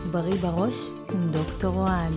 בריא בראש עם דוקטור אוהד.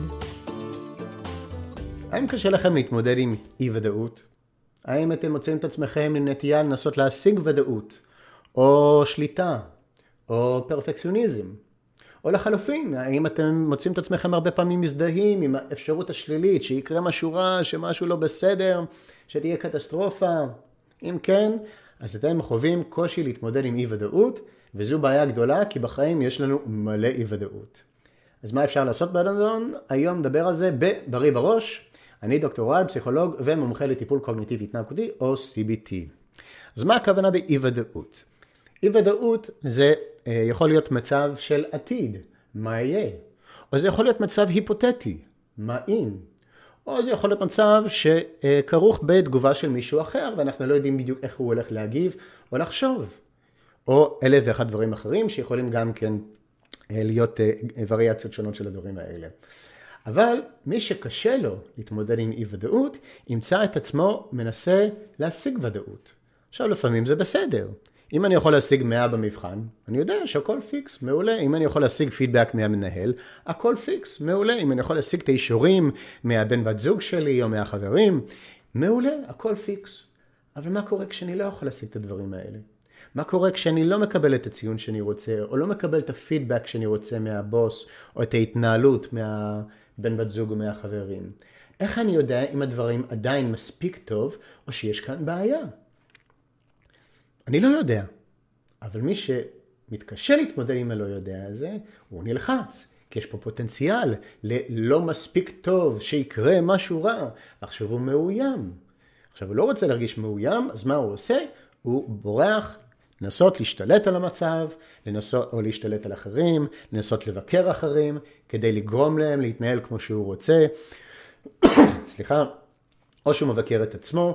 האם קשה לכם להתמודד עם אי-ודאות? האם אתם מוצאים את עצמכם לנטייה לנסות להשיג ודאות, או שליטה, או פרפקציוניזם? או לחלופין, האם אתם מוצאים את עצמכם הרבה פעמים מזדהים עם האפשרות השלילית, שיקרה משהו רע, שמשהו לא בסדר, שתהיה קטסטרופה? אם כן, אז אתם חווים קושי להתמודד עם אי-ודאות, וזו בעיה גדולה, כי בחיים יש לנו מלא אי-ודאות. אז מה אפשר לעשות בנדון? היום נדבר על זה בבריא בראש. אני דוקטור אוהד, פסיכולוג ומומחה לטיפול קוגניטיבי התנהגותי או CBT. אז מה הכוונה באי-ודאות? אי-ודאות זה יכול להיות מצב של עתיד, מה יהיה? או זה יכול להיות מצב היפותטי, מה אם? או זה יכול להיות מצב שכרוך בתגובה של מישהו אחר, ואנחנו לא יודעים בדיוק איך הוא הולך להגיב או לחשוב. או אלף ואחד דברים אחרים שיכולים גם כן להיות וריאציות שונות של הדברים האלה. אבל מי שקשה לו להתמודד עם אי-ודאות, ימצא את עצמו מנסה להשיג ודאות. עכשיו לפעמים זה בסדר. אם אני יכול להשיג 100 במבחן, אני יודע שהכל פיקס, מעולה. אם אני יכול להשיג פידבק מהמנהל, הכל פיקס, מעולה. אם אני יכול להשיג את האישורים מהבן בת זוג שלי או מהחברים, מעולה, הכל פיקס. אבל מה קורה כשאני לא יכול להשיג את הדברים האלה? מה קורה כשאני לא מקבל את הציון שאני רוצה, או לא מקבל את הפידבק שאני רוצה מהבוס, או את ההתנהלות מהבן בת זוג או מהחברים? איך אני יודע אם הדברים עדיין מספיק טוב, או שיש כאן בעיה? אני לא יודע, אבל מי שמתקשה להתמודד עם הלא יודע הזה, הוא נלחץ, כי יש פה פוטנציאל ללא מספיק טוב, שיקרה משהו רע, עכשיו הוא מאוים. עכשיו הוא לא רוצה להרגיש מאוים, אז מה הוא עושה? הוא בורח, לנסות להשתלט על המצב, לנסות או להשתלט על אחרים, לנסות לבקר אחרים, כדי לגרום להם להתנהל כמו שהוא רוצה. סליחה, או שהוא מבקר את עצמו,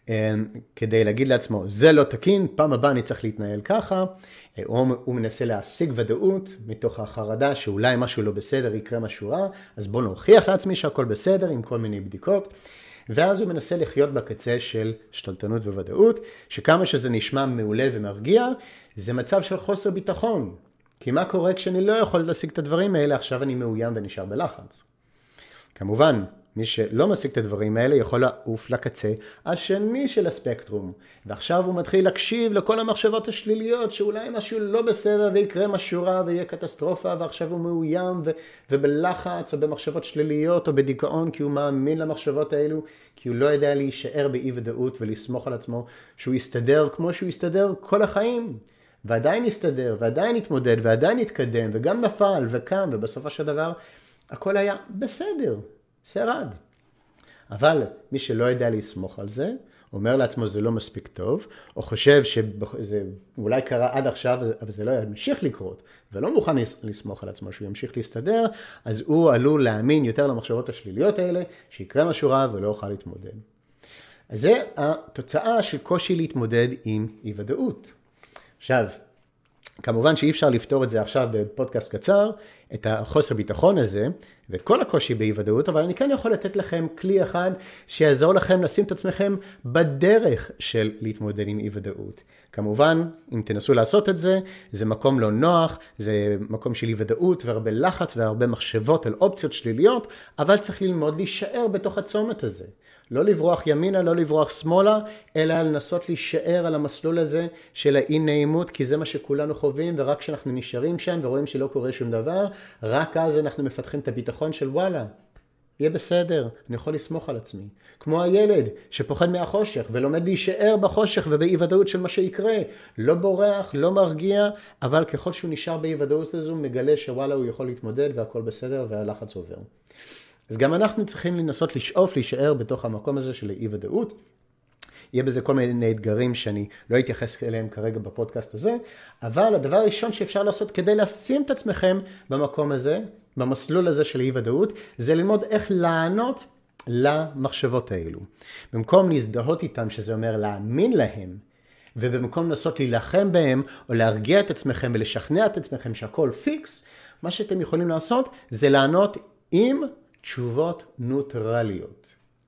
כדי להגיד לעצמו, זה לא תקין, פעם הבאה אני צריך להתנהל ככה, או הוא מנסה להשיג ודאות מתוך החרדה שאולי משהו לא בסדר, יקרה משהו רע, אז בוא נוכיח לעצמי שהכל בסדר עם כל מיני בדיקות, ואז הוא מנסה לחיות בקצה של שתלטנות וודאות, שכמה שזה נשמע מעולה ומרגיע, זה מצב של חוסר ביטחון. כי מה קורה כשאני לא יכול להשיג את הדברים האלה, עכשיו אני מאוים ונשאר בלחץ. כמובן, מי שלא משיג את הדברים האלה יכול לעוף לקצה השני של הספקטרום. ועכשיו הוא מתחיל להקשיב לכל המחשבות השליליות, שאולי משהו לא בסדר ויקרה משהו רע ויהיה קטסטרופה, ועכשיו הוא מאוים ובלחץ או במחשבות שליליות או בדיכאון, כי הוא מאמין למחשבות האלו, כי הוא לא יודע להישאר באי ודאות ולסמוך על עצמו שהוא יסתדר כמו שהוא יסתדר כל החיים. ועדיין יסתדר ועדיין יתמודד ועדיין יתקדם וגם נפל וקם, ובסופו של דבר הכל היה בסדר. שרד. אבל מי שלא יודע לסמוך על זה, אומר לעצמו זה לא מספיק טוב, או חושב שזה אולי קרה עד עכשיו, אבל זה לא ימשיך לקרות, ולא מוכן לסמוך על עצמו שהוא ימשיך להסתדר, אז הוא עלול להאמין יותר למחשבות השליליות האלה, שיקרה משהו רע ולא יוכל להתמודד. אז זה התוצאה של קושי להתמודד עם אי-ודאות. עכשיו, כמובן שאי אפשר לפתור את זה עכשיו בפודקאסט קצר, את החוסר ביטחון הזה, ואת כל הקושי באי-ודאות, אבל אני כאן יכול לתת לכם כלי אחד שיעזור לכם לשים את עצמכם בדרך של להתמודד עם אי-ודאות. כמובן, אם תנסו לעשות את זה, זה מקום לא נוח, זה מקום של אי-ודאות והרבה לחץ והרבה מחשבות על אופציות שליליות, אבל צריך ללמוד להישאר בתוך הצומת הזה. לא לברוח ימינה, לא לברוח שמאלה, אלא לנסות להישאר על המסלול הזה של האי נעימות, כי זה מה שכולנו חווים, ורק כשאנחנו נשארים שם ורואים שלא קורה שום דבר, רק אז אנחנו מפתחים את הביטחון של וואלה, יהיה בסדר, אני יכול לסמוך על עצמי. כמו הילד שפוחד מהחושך ולומד להישאר בחושך ובאי ודאות של מה שיקרה. לא בורח, לא מרגיע, אבל ככל שהוא נשאר באי ודאות הזו, מגלה שוואלה הוא יכול להתמודד והכל בסדר והלחץ עובר. אז גם אנחנו צריכים לנסות לשאוף, להישאר בתוך המקום הזה של אי-ודאות. יהיה בזה כל מיני אתגרים שאני לא אתייחס אליהם כרגע בפודקאסט הזה, אבל הדבר הראשון שאפשר לעשות כדי לשים את עצמכם במקום הזה, במסלול הזה של אי-ודאות, זה ללמוד איך לענות למחשבות האלו. במקום להזדהות איתם, שזה אומר להאמין להם, ובמקום לנסות להילחם בהם, או להרגיע את עצמכם ולשכנע את עצמכם שהכל פיקס, מה שאתם יכולים לעשות זה לענות עם תשובות נוטרליות.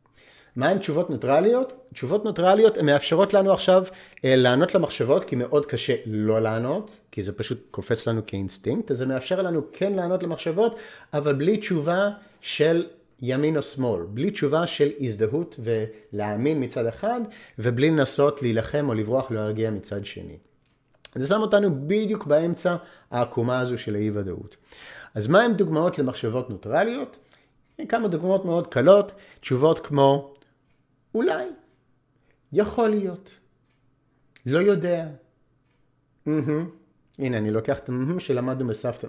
מה הן תשובות ניטרליות? תשובות ניטרליות הן מאפשרות לנו עכשיו לענות למחשבות, כי מאוד קשה לא לענות, כי זה פשוט קופץ לנו כאינסטינקט, אז זה מאפשר לנו כן לענות למחשבות, אבל בלי תשובה של ימין או שמאל, בלי תשובה של הזדהות ולהאמין מצד אחד, ובלי לנסות להילחם או לברוח להרגיע מצד שני. זה שם אותנו בדיוק באמצע העקומה הזו של האי-ודאות. אז מה הן דוגמאות למחשבות ניטרליות? כמה דוגמאות מאוד קלות, תשובות כמו אולי, יכול להיות, לא יודע. הנה, אני לוקח את שלמדנו בסבתא.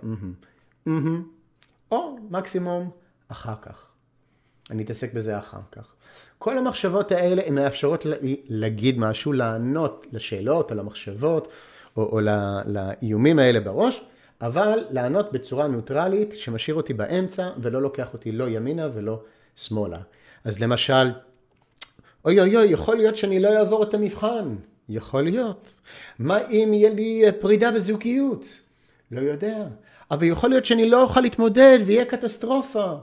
או מקסימום אחר כך. אני אתעסק בזה אחר כך. כל המחשבות האלה הן מאפשרות להגיד משהו, לענות לשאלות, על המחשבות, או לאיומים האלה בראש, אבל לענות בצורה ניטרלית שמשאיר אותי באמצע ולא לוקח אותי לא ימינה ולא שמאלה. אז למשל, אוי, יכול להיות שאני לא אעבור את המבחן. יכול להיות. מה אם יהיה לי פרידה בזוגיות? לא יודע. אבל יכול להיות שאני לא אוכל להתמודד ויהיה קטסטרופה.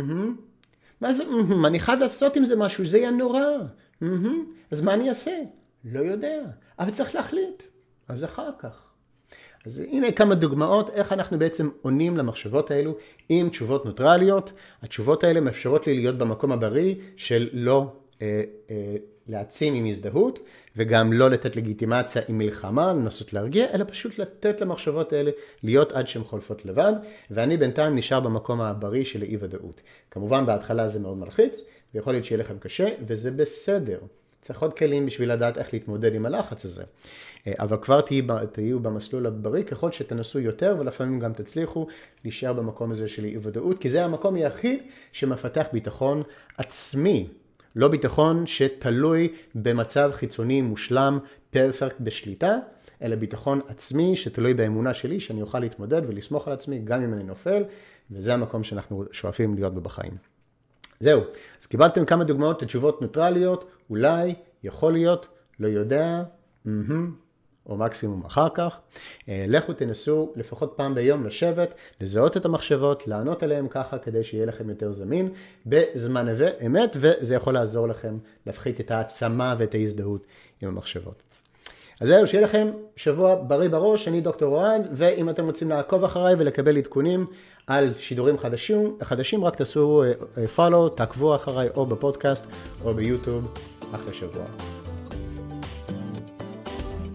מה זה? אני חייב לעשות עם זה משהו, זה יהיה נורא. אז מה אני אעשה? לא יודע. אבל צריך להחליט. אז אחר כך. אז הנה כמה דוגמאות איך אנחנו בעצם עונים למחשבות האלו עם תשובות ניטרליות. התשובות האלה מאפשרות לי להיות במקום הבריא של לא להעצים עם הזדהות, וגם לא לתת לגיטימציה עם מלחמה, לנסות להרגיע, אלא פשוט לתת למחשבות האלה להיות עד שהן חולפות לבד, ואני בינתיים נשאר במקום הבריא של אי-ודאות. כמובן בהתחלה זה מאוד מלחיץ, ויכול להיות שיהיה לכם קשה, וזה בסדר. צריך עוד כלים בשביל לדעת איך להתמודד עם הלחץ הזה. אבל כבר תהיו במסלול הבריא ככל שתנסו יותר, ולפעמים גם תצליחו להישאר במקום הזה של אי-ודאות, כי זה המקום היחיד שמפתח ביטחון עצמי, לא ביטחון שתלוי במצב חיצוני מושלם, פרפקט בשליטה, אלא ביטחון עצמי שתלוי באמונה שלי, שאני אוכל להתמודד ולסמוך על עצמי גם אם אני נופל, וזה המקום שאנחנו שואפים להיות בו בחיים. זהו, אז קיבלתם כמה דוגמאות לתשובות ניטרליות, אולי, יכול להיות, לא יודע, או מקסימום אחר כך. לכו תנסו לפחות פעם ביום לשבת, לזהות את המחשבות, לענות עליהן ככה כדי שיהיה לכם יותר זמין בזמן אמת, וזה יכול לעזור לכם להפחית את העצמה ואת ההזדהות עם המחשבות. אז זהו, שיהיה לכם שבוע בריא בראש, אני דוקטור אוהד, ואם אתם רוצים לעקוב אחריי ולקבל עדכונים על שידורים חדשים, רק תעשו follow, תעקבו אחריי או בפודקאסט או ביוטיוב. אחלה שבוע.